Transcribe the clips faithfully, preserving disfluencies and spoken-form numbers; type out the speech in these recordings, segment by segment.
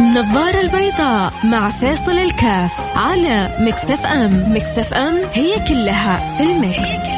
النظارة البيضاء مع فاصل الكاف على ميكس اف ام. ميكس اف ام هي كلها في الميكس.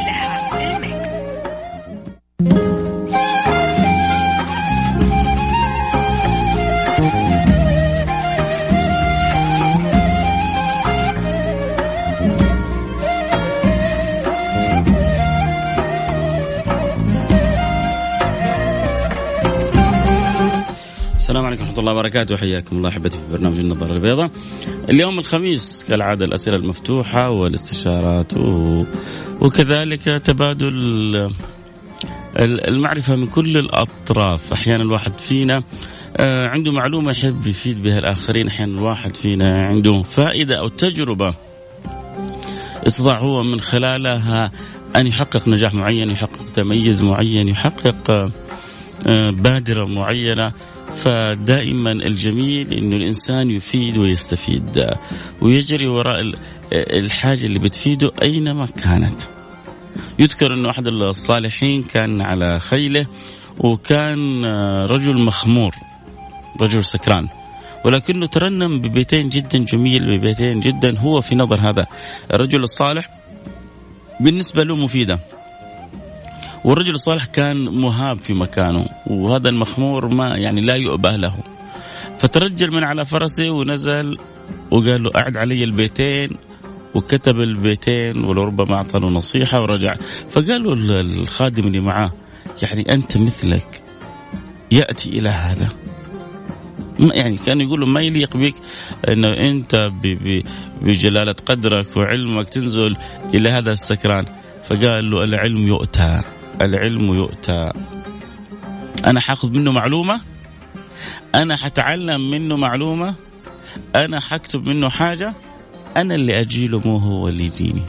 السلام عليكم ورحمة الله وبركاته، حياكم الله أحبتي في برنامج النظارة البيضاء. اليوم الخميس كالعادة الأسئلة المفتوحة والاستشارات و... وكذلك تبادل المعرفة من كل الأطراف. أحيانا الواحد فينا عنده معلومة يحب يفيد بها الآخرين، أحيانا الواحد فينا عنده فائدة أو تجربة استطاع هو من خلالها أن يحقق نجاح معين، يحقق تميز معين، يحقق بادرة معينة. فدائما الجميل إنه الإنسان يفيد ويستفيد ويجري وراء الحاجة اللي بتفيده أينما كانت. يذكر أنه أحد الصالحين كان على خيله وكان رجل مخمور، رجل سكران، ولكنه ترنم ببيتين جدا جميل، ببيتين جدا هو في نظر هذا الرجل الصالح بالنسبة له مفيدة. والرجل الصالح كان مهاب في مكانه، وهذا المخمور ما يعني لا يؤبه له. فترجل من على فرسه ونزل وقال له أعد علي البيتين، وكتب البيتين ولربما أعطى له نصيحة ورجع. فقال له الخادم اللي معاه يعني أنت مثلك يأتي إلى هذا، يعني كان يقول له ما يليق بك أنه أنت بجلالة قدرك وعلمك تنزل إلى هذا السكران. فقال له العلم يؤتى، العلم يؤتى. أنا حاخذ منه معلومة، أنا حتعلم منه معلومة، أنا حكتب منه حاجة، أنا اللي أجيله مو هو اللي يجيني.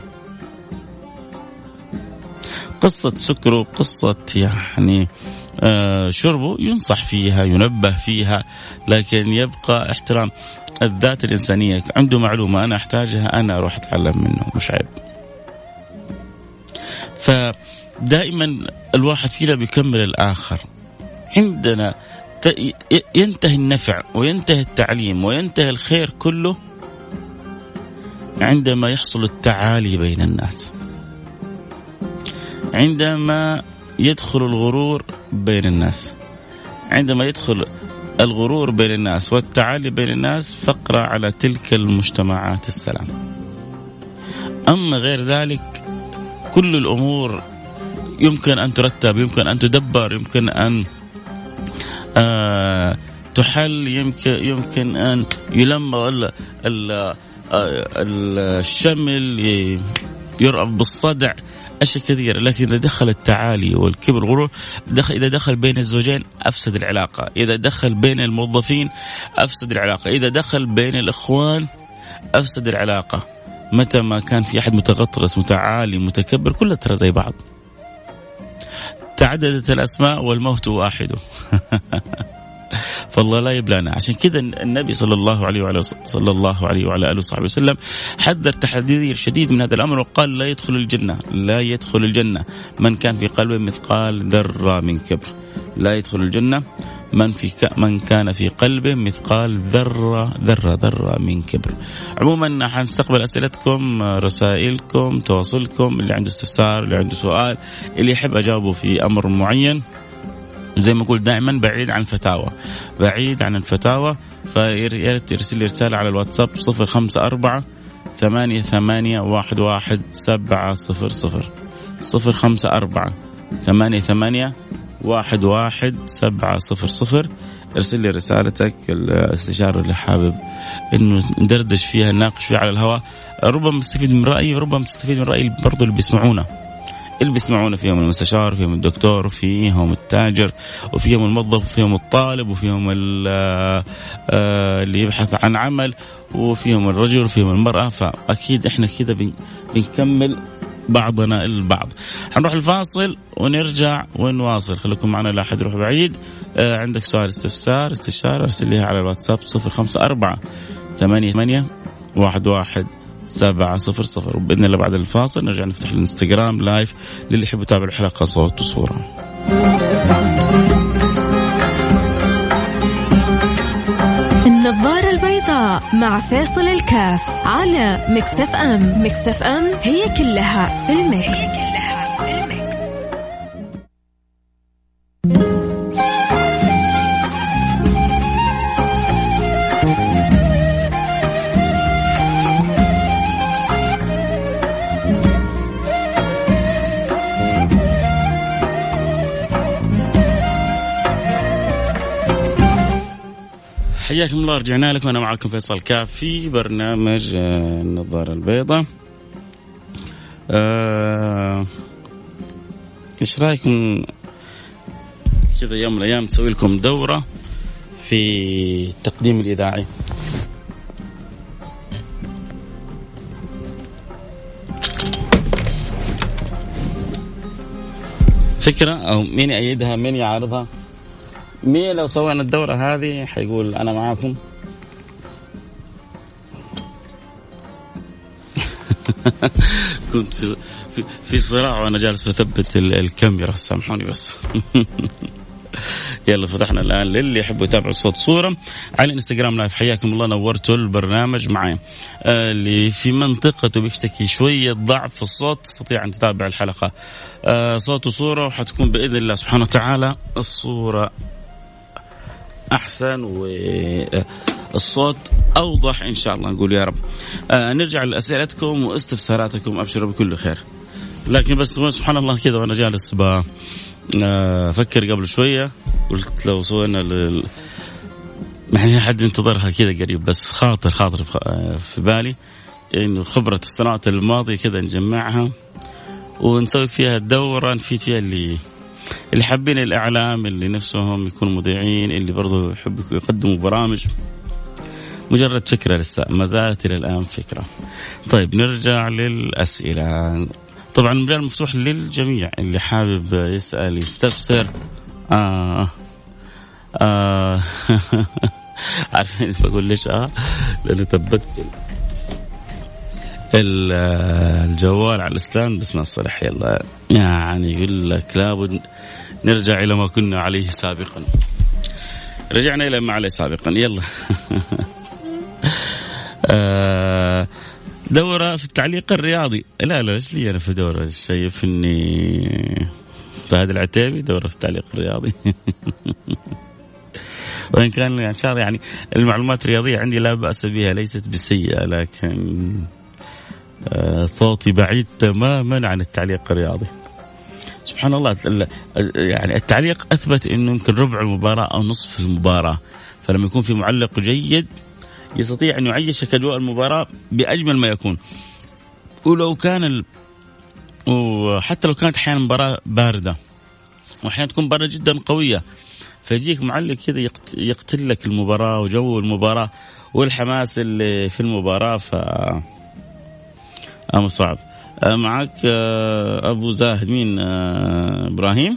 قصة سكره، قصة يعني آه شربه ينصح فيها، ينبه فيها، لكن يبقى احترام الذات الإنسانية. عنده معلومة أنا أحتاجها، أنا أروح أتعلم منه، مش عيب. فدائما الواحد فينا بيكمل الآخر. عندنا ينتهي النفع وينتهي التعليم وينتهي الخير كله عندما يحصل التعالي بين الناس، عندما يدخل الغرور بين الناس. عندما يدخل الغرور بين الناس والتعالي بين الناس فقرة على تلك المجتمعات السلام. أما غير ذلك كل الأمور يمكن أن ترتب، يمكن أن تدبر، يمكن أن آه تحل، يمكن يمكن أن يلم ال ال الشمل يرأف بالصدع، أشياء كثيرة. لكن إذا دخل التعالي والكبر والغرور، دخل إذا دخل بين الزوجين أفسد العلاقة، إذا دخل بين الموظفين أفسد العلاقة، إذا دخل بين الإخوان أفسد العلاقة. متى ما كان في أحد متغطرس متعالي متكبر كلها ترى زي بعض. تعددت الأسماء والموت واحد. فالله لا يبلانا. عشان كذا النبي صلى الله عليه وعلى صلى الله عليه وعلى آله وصحبه وسلم حذر تحذير شديد من هذا الأمر وقال لا يدخل الجنة، لا يدخل الجنة من كان في قلبه مثقال ذرة من كبر. لا يدخل الجنة من في ك... من كان في قلبه مثقال ذرة ذرة ذرة من كبر. عموما حنستقبل أسئلتكم، رسائلكم، تواصلكم، اللي عنده استفسار، اللي عنده سؤال، اللي يحب أجاوبه في أمر معين. زي ما أقول دائما بعيد عن الفتاوى، بعيد عن الفتاوى. فياريت يرسل لي رسالة على الواتساب صفر خمسة أربعة ثمانية ثمانية واحد واحد سبعة صفر صفر صفر خمسة أربعة ثمانية ثمانية واحد واحد سبعة صفر صفر. ارسل لي رسالتك، الاستشارة اللي حابب إنه ندردش فيها، نناقش فيها على الهواء. ربما تستفيد من رأيي، ربما تستفيد من رأي برضو اللي بيسمعونا. اللي بيسمعونا فيهم المستشار، فيهم الدكتور، وفيهم التاجر، وفيهم الموظف، وفيهم الطالب، وفيهم اللي يبحث عن عمل، وفيهم الرجل، وفيهم المرأة. فأكيد إحنا كذا بنكمل بعضنا البعض. هنروح الفاصل ونرجع ونواصل. خليكم معنا، لا أحد يروح بعيد. آه عندك سؤال، استفسار، استشارة، ارسل لي على الواتساب صفر خمسة أربعة ثمانية ثمانية واحد واحد سبعة صفر صفر. وبإذن الله بعد الفاصل نرجع نفتح الانستغرام لايف للي يحب يتابع الحلقة صوت وصورة. النظارة البيضاء مع فاصل الكاف على مكسف أم. مكسف أم هي كلها في المكس. حياكم الله، رجعنا لكم. أنا معكم فيصل كاف في برنامج النظارة البيضاء. آه، إيش رأيكم كذا يوم من الأيام تسوي لكم دورة في التقديم الإذاعي؟ فكرة أو مين يأيدها مين يعارضها؟ مين لو سوينا الدورة هذه حيقول أنا معاكم؟ كنت في في, في صراع وأنا جالس بثبت الكاميرا، سامحوني بس. يلا فتحنا الآن للي يحبوا يتابعوا صوت صورة على الانستغرام لايف. حياكم الله، نورتوا البرنامج معي. آه اللي في منطقته بيشتكي شوية ضعف في الصوت تستطيع أن تتابع الحلقة آه صوت وصورة، وحتكون بإذن الله سبحانه وتعالى الصورة أحسن والصوت أوضح إن شاء الله. نقول يا رب. آه نرجع لأسئلتكم واستفساراتكم، أبشروا بكل خير. لكن بس سبحان الله كذا وأنا جالس بفكر قبل شوية قلت لو سوينا لل... ما حد حد ينتظرها كذا قريب، بس خاطر خاطر في بالي إنه خبرة السنوات الماضية كذا نجمعها ونسوي فيها الدورة، نفيد فيها اللي اللي حابين الإعلام، اللي نفسهم يكونوا مذيعين، اللي برضو يحبوا يقدموا برامج. مجرد فكرة لسه، ما زالت إلى الآن فكرة. طيب نرجع للأسئلة. طبعا المجال مفتوح للجميع، اللي حابب يسأل يستفسر. آه آه عارفين بقول ليش آه لأنه ثبت الجوال على الستاند بس ما صلح. يلا يعني يقول لك لابد نرجع إلى ما كنا عليه سابقا. رجعنا إلى ما عليه سابقا. يلا. دورة في التعليق الرياضي. لا لا إيش لي أنا في دورة؟ شايف إني فهد العتيبي دورة في التعليق الرياضي. وإن كان يعني شاء الله يعني المعلومات الرياضية عندي لا بأس بها، ليست بسيئة، لكن صوتي بعيد تماما عن التعليق الرياضي. سبحان الله. يعني التعليق أثبت أنه يمكن ربع المباراة أو نصف المباراة، فلما يكون في معلق جيد يستطيع أن يعيشك أجواء المباراة بأجمل ما يكون. ولو كان ال... وحتى لو كانت أحيانا مباراة باردة، وأحيانا تكون مباراة جدا قوية، فيجيك معلق كذا يقتل لك المباراة وجو المباراة والحماس اللي في المباراة. ف أمر صعب. معك أبو زاهد. مين؟ إبراهيم.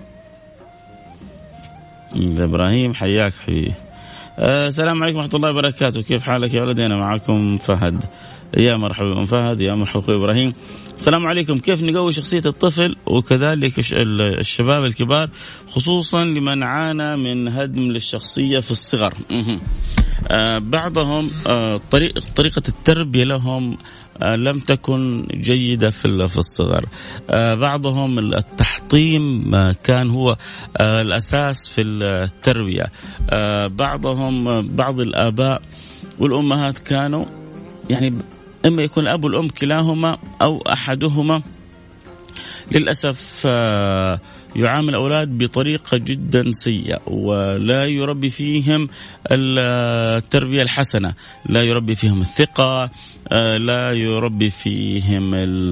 إبراهيم حياك حبيبي. السلام عليكم ورحمة الله وبركاته، كيف حالك يا ولدي؟ أنا معكم فهد. يا مرحبا أم فهد، يا مرحبا إبراهيم. السلام عليكم. كيف نقوي شخصية الطفل وكذلك الشباب الكبار، خصوصا لمن عانى من هدم للشخصية في الصغر؟ آه بعضهم آه طريق طريقة التربية لهم آه لم تكن جيدة في في الصغر. آه بعضهم التحطيم آه كان هو آه الأساس في التربية. آه بعضهم آه بعض الآباء والأمهات كانوا يعني إما يكون الأب والأم كلاهما أو أحدهما للأسف آه يعامل الأولاد بطريقة جدا سيئة، ولا يربي فيهم التربية الحسنة، لا يربي فيهم الثقة، لا يربي فيهم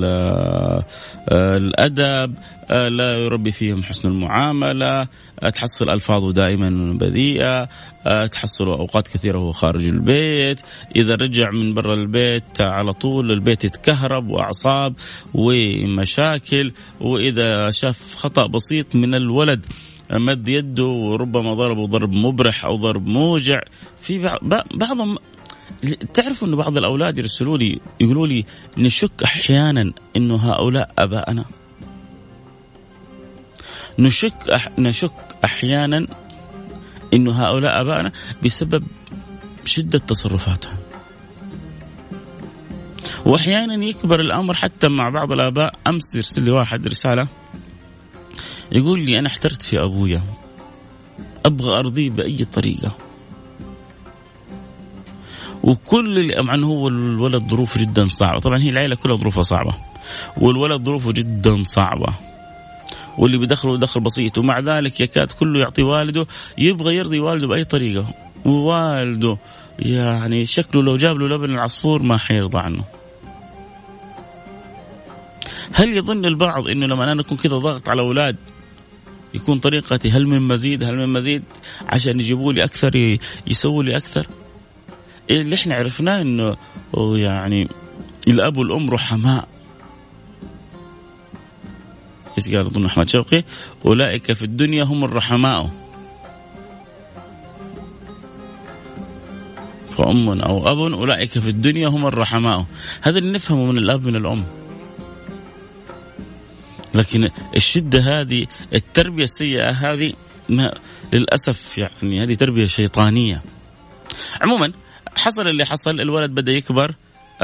الأدب، لا يربي فيهم حسن المعاملة. تحصل ألفاظه دائما بذيئة، تحصل أوقات كثيرة هو خارج البيت، إذا رجع من برا البيت على طول البيت يتكهرب وأعصاب ومشاكل، وإذا شاف خطأ بسيط من الولد مد يده وربما ضربه ضرب مبرح أو ضرب موجع. في بعضهم تعرفوا أن بعض الأولاد يرسلوا لي يقولوا لي نشك أحيانا أنه هؤلاء أباءنا، نشك أح... نشك أحيانا إنه هؤلاء أبائنا بسبب شدة تصرفاتهم. وأحيانا يكبر الأمر حتى مع بعض الآباء. أمس يرسل لي واحد رسالة يقول لي أنا احترت في أبويا، أبغى أرضيه بأي طريقة، وكل اللي مع أنه هو الولد ظروف جدا صعبة. طبعا هي العائلة كلها ظروفها صعبة، والولد ظروفه جدا صعبة، واللي بيدخله دخل بسيط، ومع ذلك يكاد كله يعطي والده، يبغى يرضي والده بأي طريقة، ووالده يعني شكله لو جاب له لبن العصفور ما حيرضى عنه. هل يظن البعض إنه لما أنا أكون كذا ضغط على أولاد يكون طريقتي هل من مزيد هل من مزيد عشان يجيبوا لي أكثر، يسووا لي أكثر؟ اللي احنا عرفناه إنه يعني الأب والأم رحماء. إيش قال أظن أحمد شوقي؟ أولئك في الدنيا هم الرحماء، فأم أو أب أولئك في الدنيا هم الرحماء. هذا اللي نفهمه من الأب من الأم. لكن الشدة هذه، التربية السيئة هذه ما للأسف يعني هذه تربية شيطانية. عموما حصل اللي حصل، الولد بدأ يكبر،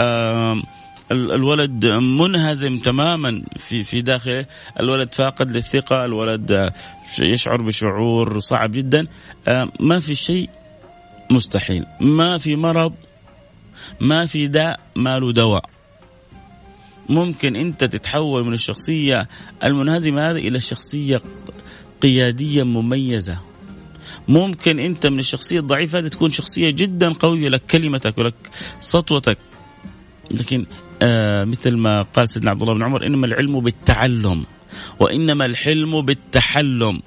الولد منهزم تماما في في داخله، الولد فاقد للثقة، الولد يشعر بشعور صعب جدا. ما في شيء مستحيل، ما في مرض، ما في داء ما له دواء. ممكن أنت تتحول من الشخصية المنهزمة هذه إلى شخصية قيادية مميزة. ممكن أنت من الشخصية الضعيفة هذه تكون شخصية جدا قوية، لك كلمتك ولك سطوتك. لكن آه مثل ما قال سيدنا عبد الله بن عمر: إنما العلم بالتعلم وإنما الحلم بالتحلم.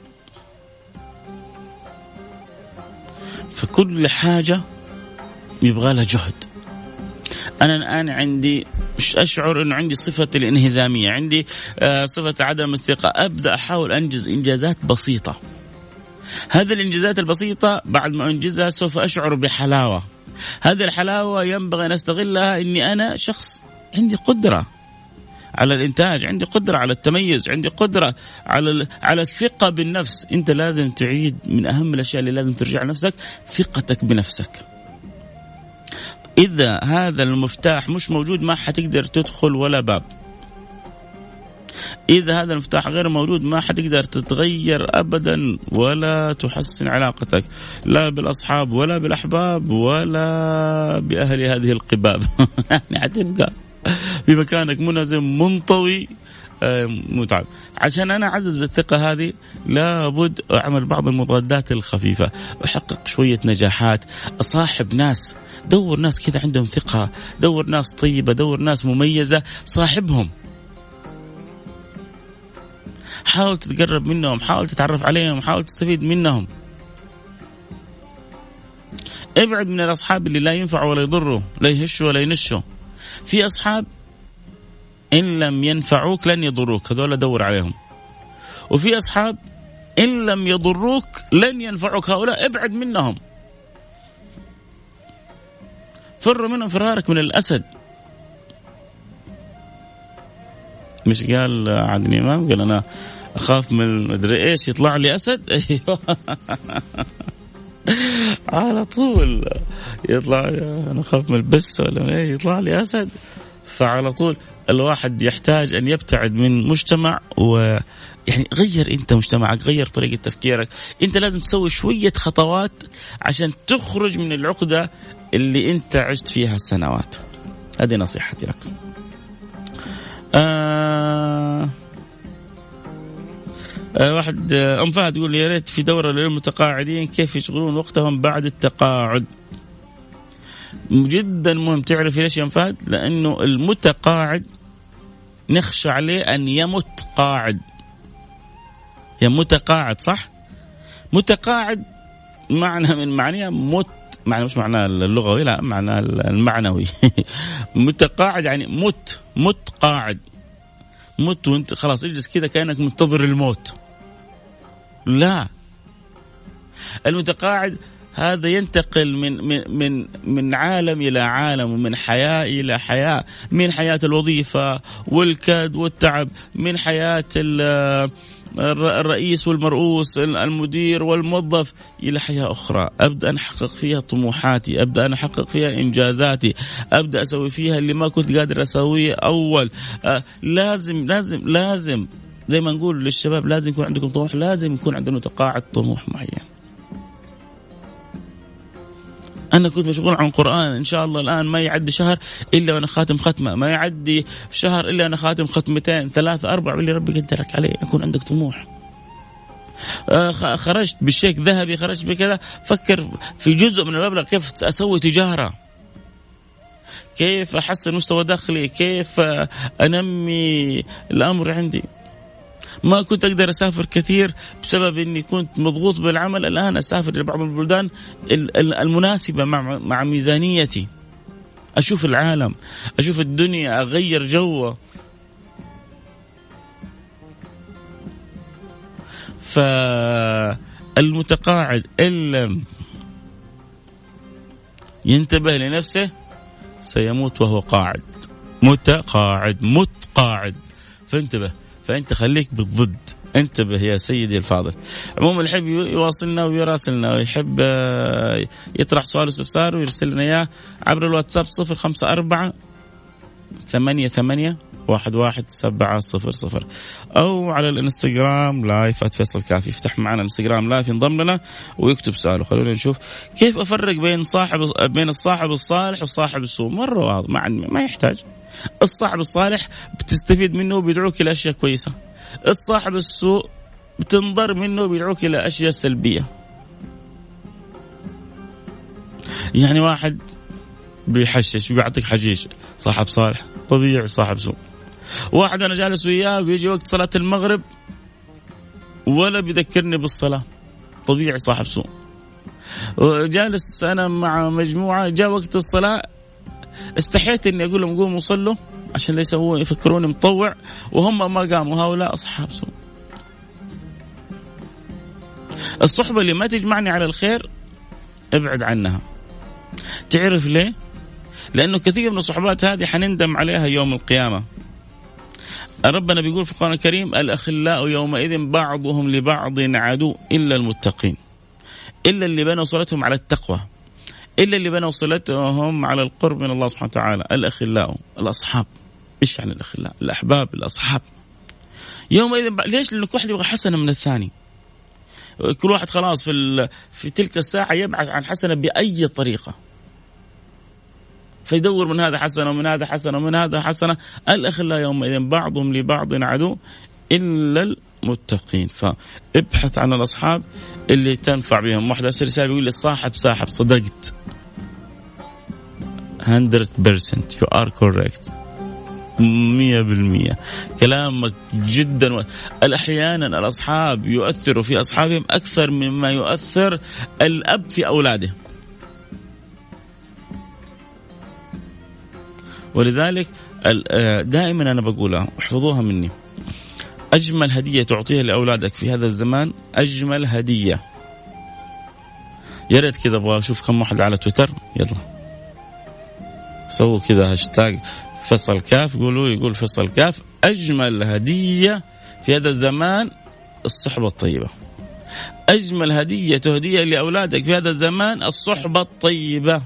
فكل حاجة يبغى لها جهد. أنا الآن عندي أشعر أنه عندي صفة الانهزامية، عندي آه صفة عدم الثقة، أبدأ أحاول أنجز إنجازات بسيطة. هذه الإنجازات البسيطة بعد ما أنجزها سوف أشعر بحلاوة. هذه الحلاوة ينبغي أن أستغلها، إني أنا شخص عندي قدرة على الإنتاج، عندي قدرة على التميز، عندي قدرة على على الثقة بالنفس. أنت لازم تعيد من أهم الأشياء اللي لازم ترجع لنفسك ثقتك بنفسك. إذا هذا المفتاح مش موجود ما حتقدر تدخل ولا باب. إذا هذا المفتاح غير موجود ما حتقدر تتغير أبدا، ولا تحسن علاقتك لا بالأصحاب ولا بالأحباب ولا بأهل هذه القباب. يعني حتبقى في مكانك منهزم منطوي متعب. عشان أنا أعزز الثقة هذه لابد أعمل بعض المضادات الخفيفة، أحقق شوية نجاحات، أصاحب ناس، دور ناس كذا عندهم ثقة، دور ناس طيبة، دور ناس مميزة، صاحبهم، حاول تتقرب منهم، حاول تتعرف عليهم، حاول تستفيد منهم. ابعد من الأصحاب اللي لا ينفع ولا يضروا، لا يهشوا ولا ينشوا. في أصحاب إن لم ينفعوك لن يضروك، هذول دور عليهم. وفي أصحاب إن لم يضروك لن ينفعوك، هؤلاء ابعد منهم، فر منهم فرارك من الأسد. مش قال عادل إمام قال أنا أخاف من مدري إيش يطلع لي أسد؟ أيوه على طول يطلع أنا أخاف من البس ولا إيه يطلع لي أسد. فعلى طول الواحد يحتاج أن يبتعد من مجتمع، ويعني غير أنت مجتمعك، غير طريقة تفكيرك. أنت لازم تسوي شوية خطوات عشان تخرج من العقدة اللي أنت عشت فيها السنوات. هذه نصيحتي لك. آه آه واحد آه أم فهد يقول يا ريت في دورة للمتقاعدين كيف يشغلون وقتهم بعد التقاعد. جدا مهم تعرف ليش يا أم فهد، لأنه المتقاعد نخشى عليه أن يمت قاعد. يا متقاعد صح، متقاعد معنى من معنيها مت، معنى مش معنى اللغوي، لا معنى المعنوي. متقاعد يعني مت، مت قاعد، مت وانت خلاص اجلس كذا كأنك منتظر الموت. لا، المتقاعد هذا ينتقل من من من من عالم إلى عالم، ومن حياة إلى حياة، من حياة الوظيفة والكد والتعب، من حياة الرئيس والمرؤوس، المدير والموظف، إلى حياة أخرى أبدأ أن أحقق فيها طموحاتي، أبدأ أن أحقق فيها إنجازاتي، أبدأ أسوي فيها اللي ما كنت قادر أسويه أول. آه لازم لازم لازم زي ما نقول للشباب لازم يكون عندكم طموح، لازم يكون عندنا تقاعد طموح معين. أنا كنت مشغول عن القرآن، إن شاء الله الآن ما يعدي شهر إلا وأنا خاتم ختمة، ما يعدي شهر إلا أنا خاتم ختمتين ثلاثة أربعة اللي ربي قدرك عليه. يكون عندك طموح. آه خرجت بالشيك ذهبي، خرجت بكذا، فكر في جزء من المبلغ كيف أسوي تجارة، كيف أحسن مستوى دخلي، كيف أنمي الأمر عندي. ما كنت أقدر أسافر كثير بسبب أني كنت مضغوط بالعمل، الآن أسافر لبعض البلدان المناسبة مع مع ميزانيتي، أشوف العالم، أشوف الدنيا، أغير جوه. فالمتقاعد إن لم ينتبه لنفسه سيموت وهو قاعد، متقاعد متقاعد. فانتبه، فأنت خليك بالضد، انتبه يا سيدي الفاضل. عموما اللي يحب يواصلنا ويراسلنا ويحب يطرح سؤال واستفسار ويرسل لنا إياه عبر الواتساب صفر خمسة أربعة ثمانية ثمانية واحد واحد سبعة صفر صفر، أو على الانستغرام لايف @فيصل كاف. يفتح معنا الانستغرام لايف، ينضم لنا ويكتب سؤاله. خلونا نشوف كيف أفرق بين صاحب بين الصاحب الصالح والصاحب السوء. مرة واضح، ما ما يحتاج. الصاحب الصالح بتستفيد منه وبيدعوك إلى أشياء كويسة، الصاحب السوء بتنضر منه وبيدعوك إلى أشياء سلبية. يعني واحد بيحشش وبيعطيك حشيش، صاحب صالح. طبيعي صاحب سوء. واحد أنا جالس وياه ويجي وقت صلاة المغرب ولا بيذكرني بالصلاة، طبيعي صاحب سوء. جالس أنا مع مجموعة، جاء وقت الصلاة استحيت إني أقول لهم قوموا صلوا عشان لا يسوون يفكروني مطوع وهم ما قاموا. هؤلاء أصحاب سوء. الصحبة اللي ما تجمعني على الخير ابعد عنها. تعرف ليه؟ لأنه كثير من الصحبات هذه حنندم عليها يوم القيامة. ربنا بيقول في القرآن الكريم الأخلاء يومئذ بعضهم لبعض عدو إلا المتقين، إلا اللي بنوا صلتهم على التقوى، إلا اللي بنوا صلتهم على القرب من الله سبحانه وتعالى. الأخلاء الأصحاب. إيش يعني الأخلاء؟ الأحباب، الأصحاب. يومئذ ب... ليش؟ لأنه كل واحد يبغى حسنة من الثاني. كل واحد خلاص في في تلك الساعة يبحث عن حسنة بأي طريقة، فيدور من هذا حسنة ومن هذا حسنة ومن هذا حسنة. الأخلاء يومئذ بعضهم لبعض عدو إلا المتقين. فابحث عن الأصحاب اللي تنفع بهم. واحد أرسل رسالة يقول لي الصاحب ساحب. صدقت مية بالمية you are correct مية بالمية كلامك جدا. و... الأحيانا الأصحاب يؤثروا في أصحابهم أكثر مما يؤثر الأب في أولاده. ولذلك دائما أنا بقولها احفظوها مني، أجمل هدية تعطيها لأولادك في هذا الزمان، أجمل هدية. يا ريت كذا أبغى أشوف كم واحد على تويتر، يلا سووا كذا هاشتاج فيصل كاف، قولوا يقول فيصل كاف. أجمل هدية في هذا الزمان الصحبة الطيبة. أجمل هدية تهديها لأولادك في هذا الزمان الصحبة الطيبة.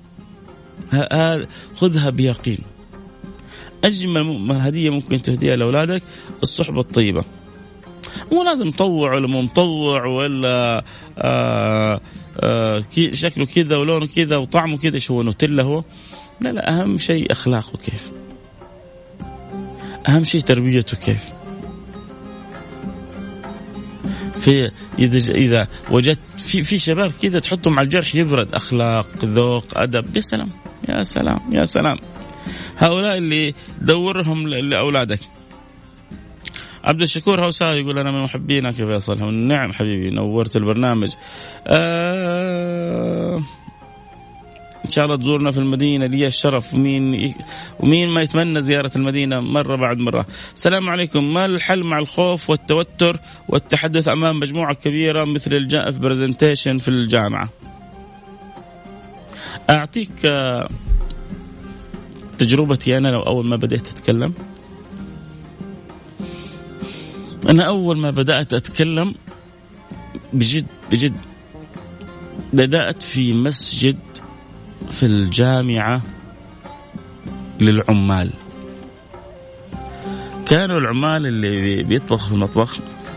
خذها بيقين. أجمل هدية ممكن تهديها لأولادك الصحبة الطيبة. مو لازم مطوع ولا مو مطوع ولا آآ آآ شكله كذا ولونه كذا وطعمه كذا شو نوتيلا هو. لا لا، أهم شيء أخلاقه كيف، أهم شيء تربيته كيف. في إذا إذا وجدت في في شباب كذا تحطهم على الجرح يبرد، أخلاق ذوق أدب، يا سلام يا سلام يا سلام. هؤلاء اللي دورهم لأولادك. عبد الشكور هوساوي يقول أنا من محبينك يا فيصل. نعم حبيبي، نورت البرنامج. آه إن شاء الله تزورنا في المدينة، لي الشرف. ومين ومين ما يتمنى زيارة المدينة مرة بعد مرة. السلام عليكم. ما الحل مع الخوف والتوتر والتحدث أمام مجموعة كبيرة مثل الجاء في برزنتيشن في الجامعة؟ أعطيك تجربتي أنا لو أول ما بديت أتكلم. أنا أول ما بدأت أتكلم بجد بجد بدأت في مسجد في الجامعة للعمال. كانوا العمال اللي بيطبخوا في المطبخ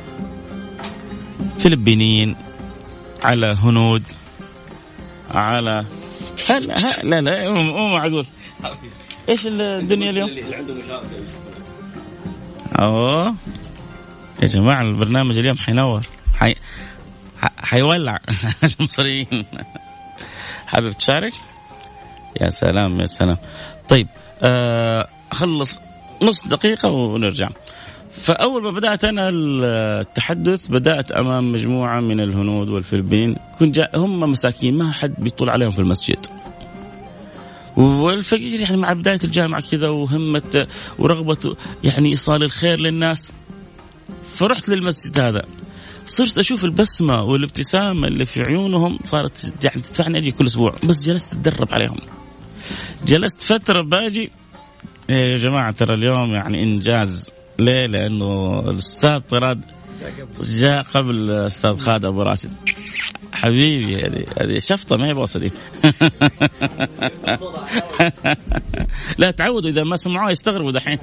فلبينيين، على هنود، على لا لا لا مو معقول. ايش الدنيا اليوم؟ اوه يا جماعة البرنامج اليوم حينور، حي حيولع. المصريين حابب تشارك؟ يا سلام يا سلام. طيب آه خلص نص دقيقة ونرجع. فأول ما بدأت أنا التحدث بدأت أمام مجموعة من الهنود والفلبين، كنت جاء هم مساكين ما حد بيطول عليهم في المسجد، والفقير يعني مع بداية الجامعة كذا وهمة ورغبة يعني إيصال الخير للناس. فرحت للمسجد هذا، صرت أشوف البسمة والابتسامة اللي في عيونهم، صارت يعني تدفعني أجي كل أسبوع، بس جلست أتدرب عليهم. جلست فترة باجي يا جماعة ترى اليوم يعني إنجاز. ليه؟ لأنه الأستاذ طراد جاء قبل الأستاذ خالد أبو راشد. حبيبي هذه هذه شفطة ما هي بوصلي. لا تعودوا إذا ما سمعوها يستغربوا دحين.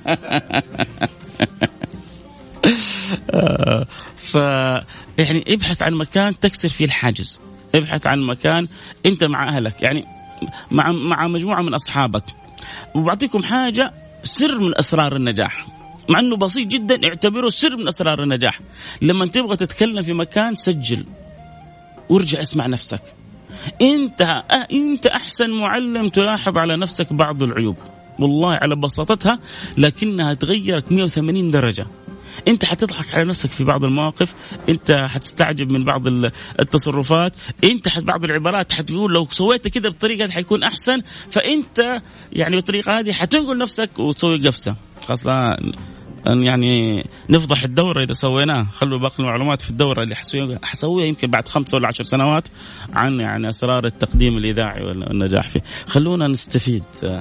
ف يعني ابحث عن مكان تكسر فيه الحاجز، ابحث عن مكان أنت مع أهلك، يعني مع مع مجموعة من أصحابك. وبعطيكم حاجة سر من أسرار النجاح، مع أنه بسيط جدا، اعتبره سر من أسرار النجاح. لما تبغى تتكلم في مكان سجل وارجع اسمع نفسك. أنت أه أنت أحسن معلم تلاحظ على نفسك بعض العيوب، والله على بساطتها لكنها تغيرك مئة وثمانين درجة. أنت حتضحك على نفسك في بعض المواقف، أنت حتستعجب من بعض التصرفات، أنت حت بعض العبارات حتقول لو سويت كده بطريقة حيكون أحسن، فأنت يعني بالطريقة هذه حتنقل نفسك وتسوي قفزة. خاصة يعني نفضح الدورة إذا سويناه، خلوا باقي المعلومات في الدورة اللي حسويها يمكن بعد خمسة ولا عشر سنوات عن يعني أسرار التقديم الإذاعي والنجاح فيه. خلونا نستفيد.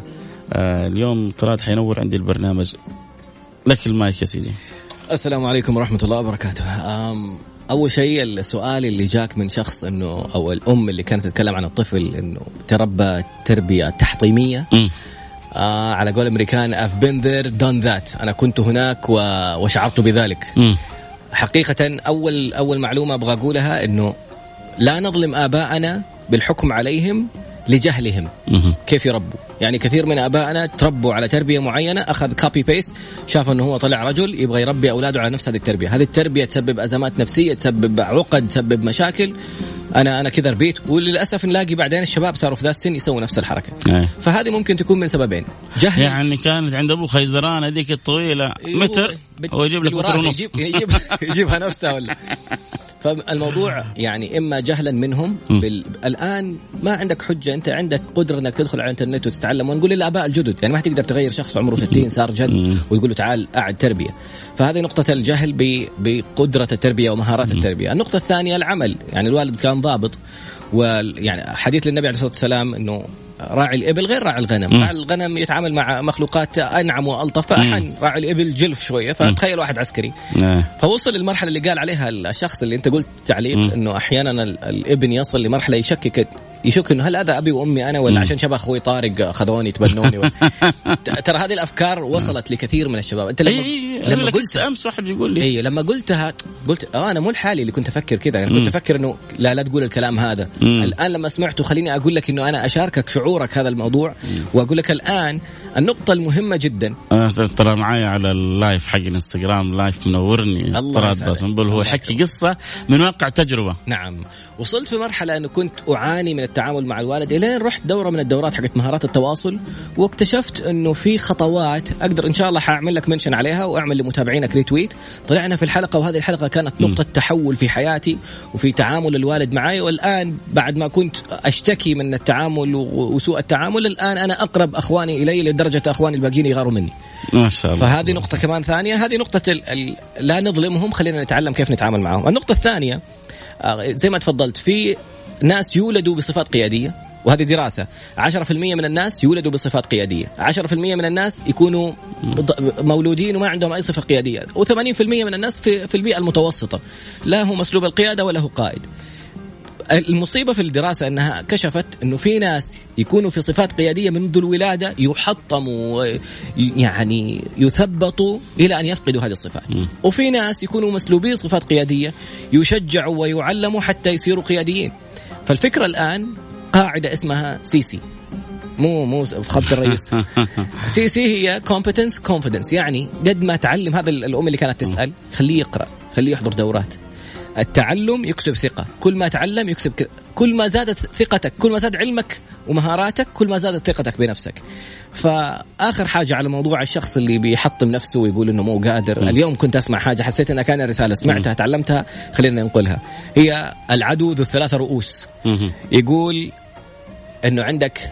اليوم طراد حينور عندي البرنامج، لك المايك يا سيدي. السلام عليكم ورحمة الله وبركاته. أول شيء السؤال اللي جاك من شخص إنه أو الأم اللي كانت تتكلم عن الطفل إنه تربى تربية تحطيمية. م. آه على قول الأمريكان I've been there done that، أنا كنت هناك وشعرت بذلك. م. حقيقة أول أول معلومة أبغى أقولها إنه لا نظلم آباءنا بالحكم عليهم لجهلهم م. كيف يربوا. يعني كثير من آبائنا تربوا على تربية معينة، أخذ كوبي بيست، شاف أنه هو طلع رجل يبغى يربي أولاده على نفس هذه التربية. هذه التربية تسبب أزمات نفسية، تسبب عقد، تسبب مشاكل. أنا أنا كذا ربيت، وللأسف نلاقي بعدين الشباب صاروا في ذا السن يسووا نفس الحركة. أي. فهذه ممكن تكون من سببين. جهل، يعني كانت عند أبو خيزران هذيك الطويلة متر هو يجيب لك متر ونص، يجيب يجيب يجيبها نفسها ولا. فالموضوع يعني إما جهلا منهم بال... الآن ما عندك حجة، أنت عندك قدرة أنك تدخل على الإنترنت وتتعلم. ونقول للآباء الجدد يعني ما تقدر تغير شخص عمره ستين صار جد وتقول له تعال أعد تربية. فهذه نقطة الجهل ب... بقدرة التربية ومهارات التربية. النقطة الثانية العمل، يعني الوالد كان ضابط، ويعني حديث للنبي عليه الصلاة والسلام إنه راعي الإبل غير راعي الغنم. راعي الغنم يتعامل مع مخلوقات أنعم وألطف، فأحن راعي الإبل جلف شوية. فتخيل واحد عسكري فوصل للمرحلة اللي قال عليها الشخص اللي أنت قلت تعليق إنه أحيانا الابن يصل لمرحلة يشكك يشك إنه هل هذا أبي وأمي أنا ولا عشان شبه أخوي طارق أخذوني تبنوني و... ترى هذه الأفكار وصلت لكثير من الشباب. أنت لما إيه لما قلت أمس واحد يقول لي إيه لما قلتها قلت آه أنا مو الحالي اللي كنت أفكر كذا. أنا كنت أفكر إنه لا لا تقول الكلام هذا. مم. الآن لما سمعته خليني أقول لك إنه أنا أشاركك شعورك هذا الموضوع. مم. وأقول لك الآن النقطة المهمة جدا. أنا ترى معايا على اللايف حق الانستغرام لايف منورني طراد بس نقول هو حكي قصة من واقع تجربة. نعم وصلت في مرحلة أنه كنت أعاني من التعامل مع الوالد إلين رحت دورة من الدورات حقت مهارات التواصل واكتشفت أنه في خطوات أقدر إن شاء الله حأعمل لك منشن عليها وأعمل لمتابعينك ريتويت. طلعنا في الحلقة وهذه الحلقة كانت نقطة تحول في حياتي وفي تعامل الوالد معي. والآن بعد ما كنت أشتكي من التعامل وسوء التعامل الآن أنا أقرب أخواني إلي لدرجة أخواني الباقيين يغاروا مني ما شاء الله. فهذه نقطة كمان ثانية. هذه نقطة ال ال لا نظلمهم خلينا نتعلم كيف نتعامل معهم. النقطة الثانية زي ما تفضلت في ناس يولدوا بصفات قيادية، وهذه دراسة. عشرة في المية من الناس يولدوا بصفات قيادية، عشرة في المية من الناس يكونوا مولودين وما عندهم أي صفة قيادية، وثمانين في المية من الناس في في البيئة المتوسطة لا هو مسلوب القيادة ولا هو قائد. المصيبة في الدراسة أنها كشفت أنه في ناس يكونوا في صفات قيادية منذ الولادة يحطموا يعني يثبطوا إلى أن يفقدوا هذه الصفات، وفي ناس يكونوا مسلوبين صفات قيادية يشجعوا ويعلموا حتى يصيروا قياديين. فالفكرة الآن قاعدة اسمها سيسي، مو مو خط الرئيس. سي سي هي competence confidence، يعني قد ما تعلم. هذا الأم اللي كانت تسأل خليه يقرأ، خليه يحضر دورات. التعلم يكسب ثقة، كل ما تعلم يكسب ك... كل ما زادت ثقتك، كل ما زاد علمك ومهاراتك، كل ما زادت ثقتك بنفسك. فآخر حاجة على موضوع الشخص اللي بيحطم نفسه ويقول إنه مو قادر. م. اليوم كنت أسمع حاجة حسيت إنها كان رسالة سمعتها م. تعلمتها، خلينا ننقلها. هي العدو ذو الثلاثة رؤوس. م. يقول إنه عندك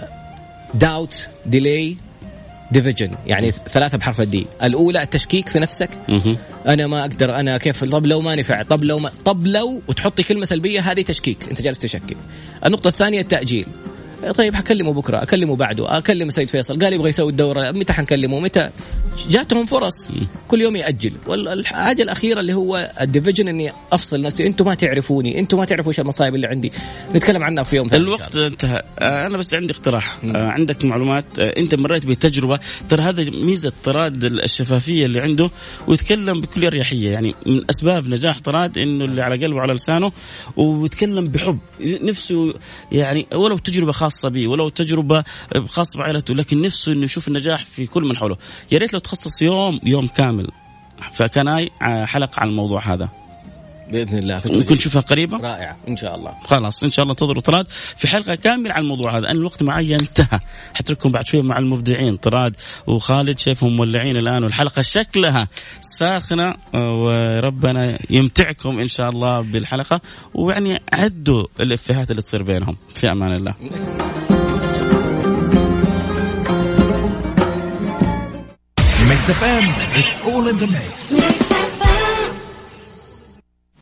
doubt, delay, division، يعني ثلاثة بحرف الدي. الأولى التشكيك في نفسك، أنا ما أقدر، أنا كيف، طب لو ما نفع، طب لو ما، طب لو، وتحطي كلمة سلبية، هذه تشكيك، أنت جالس تشكك. النقطة الثانية التأجيل، طيب حكلمه بكرة، أكلمه بعده، أكلم سيد فيصل قال يبغى يسوي الدورة، متى حنكلمه، متى؟ جاتهم فرص كل يوم يأجل. والحاجة الأخيرة اللي هو الديفيجن، إني أفصل نفسي، أنتم ما تعرفوني، أنتم ما تعرفوا إيش المصايب اللي عندي، نتكلم عنها في يوم ثاني. الوقت انتهى. أنا بس عندي اقتراح. عندك معلومات، أنت مريت بتجربة، ترى هذا ميزة طراد الشفافية اللي عنده، ويتكلم بكل أريحية. يعني من أسباب نجاح طراد إنه اللي على قلبه على لسانه، ويتكلم بحب نفسه، يعني ولو تجربة خاصة به، ولو تجربة خاصة بعائلته، لكن نفسه إنه يشوف النجاح في كل من حوله. يا ريت لو تخصص يوم يوم كامل فكان حلقة عن الموضوع هذا بإذن الله، ممكن نشوفها قريبا. رائع إن شاء الله. خلاص إن شاء الله انتظروا طراد في حلقة كاملة عن الموضوع هذا. أن الوقت معي انتهى، حترككم بعد شوية مع المبدعين طراد وخالد، شايفهم مولعين الآن، والحلقة شكلها ساخنة، وربنا يمتعكم إن شاء الله بالحلقة، ويعني عدوا الإفيهات اللي تصير بينهم. في أمان الله. Mix إف إم, it's all in the mix.